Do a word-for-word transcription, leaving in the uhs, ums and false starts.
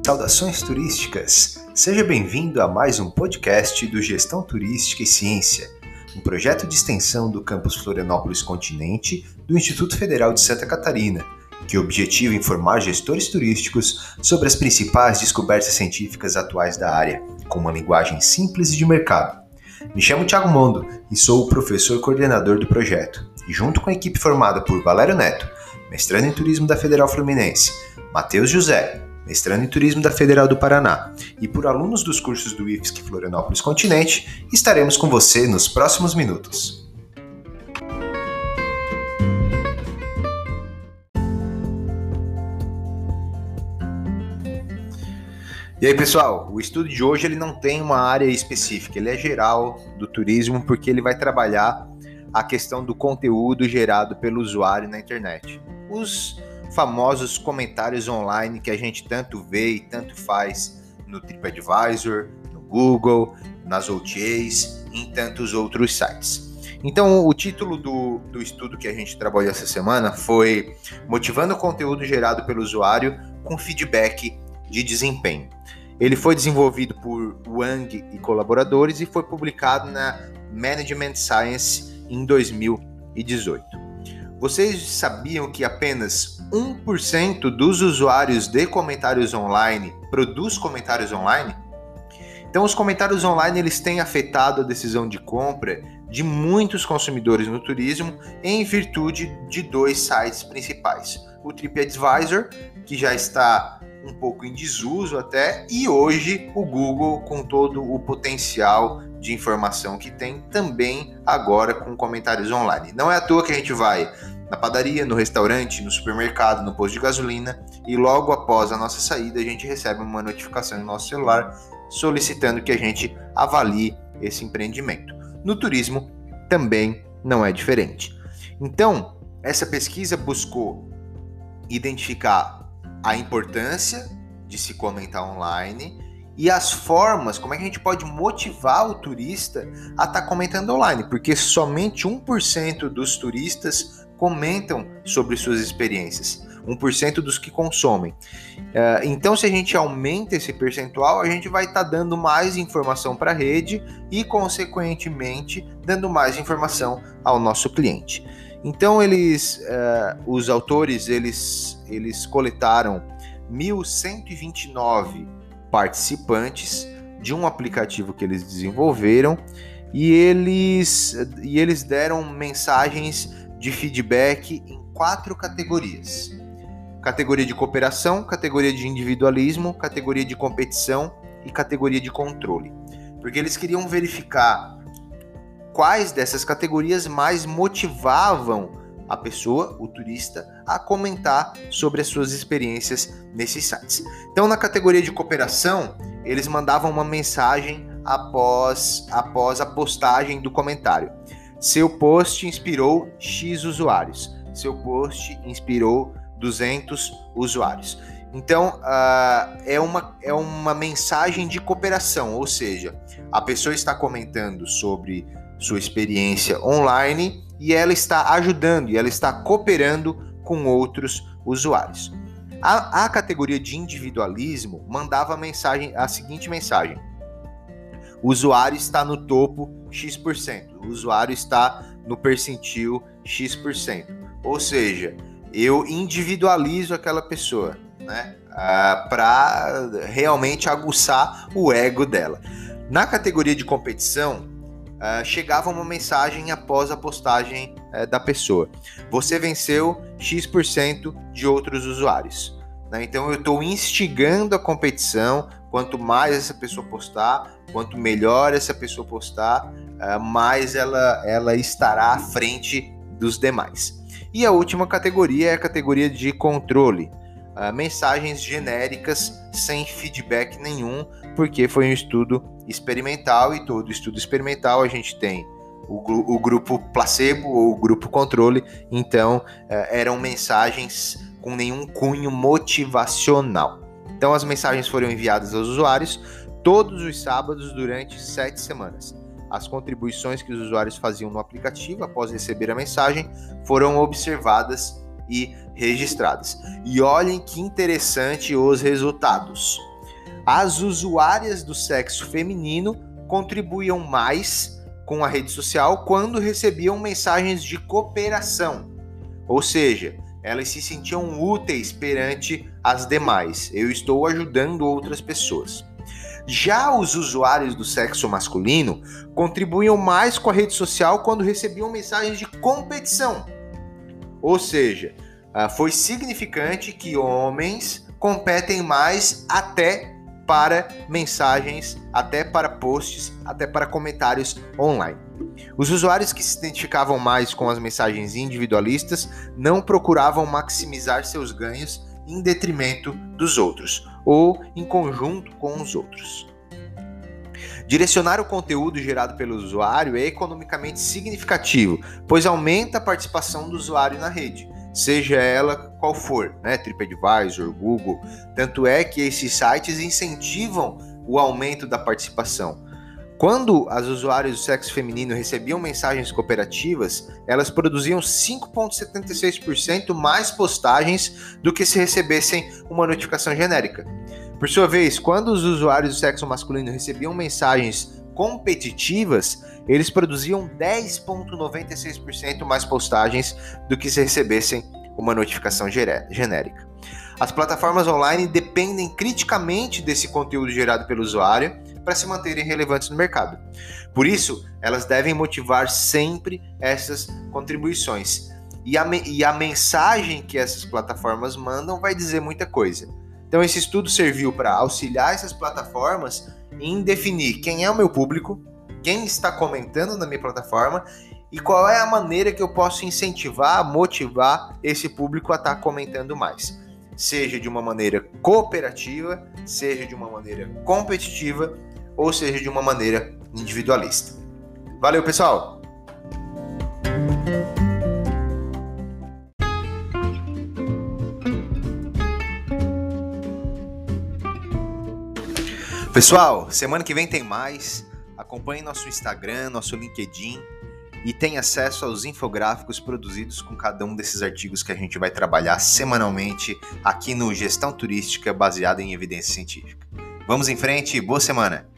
Saudações turísticas! Seja bem-vindo a mais um podcast do Gestão Turística e Ciência, um projeto de extensão do campus Florianópolis Continente do Instituto Federal de Santa Catarina, que objetiva informar gestores turísticos sobre as principais descobertas científicas atuais da área, com uma linguagem simples e de mercado. Me chamo Thiago Mondo e sou o professor coordenador do projeto, e junto com a equipe formada por Valério Neto, mestrando em Turismo da Federal Fluminense, Matheus José, mestrando em Turismo da Federal do Paraná, e por alunos dos cursos do I F S C Florianópolis Continente, estaremos com você nos próximos minutos. E aí, pessoal, o estudo de hoje ele não tem uma área específica, ele é geral do turismo porque ele vai trabalhar a questão do conteúdo gerado pelo usuário na internet. Os famosos comentários online que a gente tanto vê e tanto faz no TripAdvisor, no Google, nas O T As e em tantos outros sites. Então, o título do, do estudo que a gente trabalhou essa semana foi Motivando o conteúdo gerado pelo usuário com feedback de desempenho. Ele foi desenvolvido por Wang e colaboradores e foi publicado na Management Science em dois mil e dezoito. Vocês sabiam que apenas um por cento dos usuários de comentários online produz comentários online? Então, os comentários online eles têm afetado a decisão de compra de muitos consumidores no turismo em virtude de dois sites principais. O TripAdvisor, que já está um pouco em desuso até, e hoje o Google, com todo o potencial de informação que tem, também agora com comentários online. Não é à toa que a gente vai na padaria, no restaurante, no supermercado, no posto de gasolina, e logo após a nossa saída a gente recebe uma notificação no nosso celular solicitando que a gente avalie esse empreendimento. No turismo também não é diferente. Então, essa pesquisa buscou identificar a importância de se comentar online e as formas, como é que a gente pode motivar o turista a estar comentando online, porque somente um por cento dos turistas comentam sobre suas experiências, um por cento dos que consomem. Então, se a gente aumenta esse percentual, a gente vai estar dando mais informação para a rede e, consequentemente, dando mais informação ao nosso cliente. Então, eles, uh, os autores, eles, eles coletaram mil cento e vinte e nove participantes de um aplicativo que eles desenvolveram e eles, e eles deram mensagens de feedback em quatro categorias. Categoria de cooperação, categoria de individualismo, categoria de competição e categoria de controle. Porque eles queriam verificar quais dessas categorias mais motivavam a pessoa, o turista, a comentar sobre as suas experiências nesses sites. Então, na categoria de cooperação, eles mandavam uma mensagem após, após a postagem do comentário. Seu post inspirou X usuários. Seu post inspirou duzentos usuários. Então, uh, é, uma, é uma mensagem de cooperação, ou seja, a pessoa está comentando sobre sua experiência online e ela está ajudando e ela está cooperando com outros usuários. A, a categoria de individualismo mandava a, mensagem, a seguinte mensagem: o usuário está no topo X por cento, o usuário está no percentil X por cento, ou seja, eu individualizo aquela pessoa, né, uh, para realmente aguçar o ego dela. Na categoria de competição, Uh, chegava uma mensagem após a postagem uh, da pessoa. Você venceu X por cento de outros usuários. Né? Então eu estou instigando a competição. Quanto mais essa pessoa postar, quanto melhor essa pessoa postar, uh, mais ela, ela estará à frente dos demais. E a última categoria é a categoria de controle. Uh, mensagens genéricas sem feedback nenhum, porque foi um estudo experimental e todo estudo experimental a gente tem o, gru- o grupo placebo ou o grupo controle, então uh, eram mensagens com nenhum cunho motivacional. Então as mensagens foram enviadas aos usuários todos os sábados durante sete semanas. As contribuições que os usuários faziam no aplicativo após receber a mensagem foram observadas e registradas. E olhem que interessante os resultados. As usuárias do sexo feminino contribuíam mais com a rede social quando recebiam mensagens de cooperação, ou seja, elas se sentiam úteis perante as demais. Eu estou ajudando outras pessoas. Já os usuários do sexo masculino contribuíam mais com a rede social quando recebiam mensagens de competição. Ou seja, foi significante que homens competem mais até para mensagens, até para posts, até para comentários online. Os usuários que se identificavam mais com as mensagens individualistas não procuravam maximizar seus ganhos em detrimento dos outros, ou em conjunto com os outros. Direcionar o conteúdo gerado pelo usuário é economicamente significativo, pois aumenta a participação do usuário na rede, seja ela qual for, né? TripAdvisor, Google. Tanto é que esses sites incentivam o aumento da participação. Quando as usuárias do sexo feminino recebiam mensagens cooperativas, elas produziam cinco vírgula setenta e seis por cento mais postagens do que se recebessem uma notificação genérica. Por sua vez, quando os usuários do sexo masculino recebiam mensagens competitivas, eles produziam dez vírgula noventa e seis por cento mais postagens do que se recebessem uma notificação genérica. As plataformas online dependem criticamente desse conteúdo gerado pelo usuário para se manterem relevantes no mercado. Por isso, elas devem motivar sempre essas contribuições. E a, me- e a mensagem que essas plataformas mandam vai dizer muita coisa. Então, esse estudo serviu para auxiliar essas plataformas em definir quem é o meu público, quem está comentando na minha plataforma e qual é a maneira que eu posso incentivar, motivar esse público a estar comentando mais. Seja de uma maneira cooperativa, seja de uma maneira competitiva ou seja de uma maneira individualista. Valeu, pessoal! Pessoal, semana que vem tem mais. Acompanhe nosso Instagram, nosso LinkedIn e tenha acesso aos infográficos produzidos com cada um desses artigos que a gente vai trabalhar semanalmente aqui no Gestão Turística baseada em evidência científica. Vamos em frente, boa semana!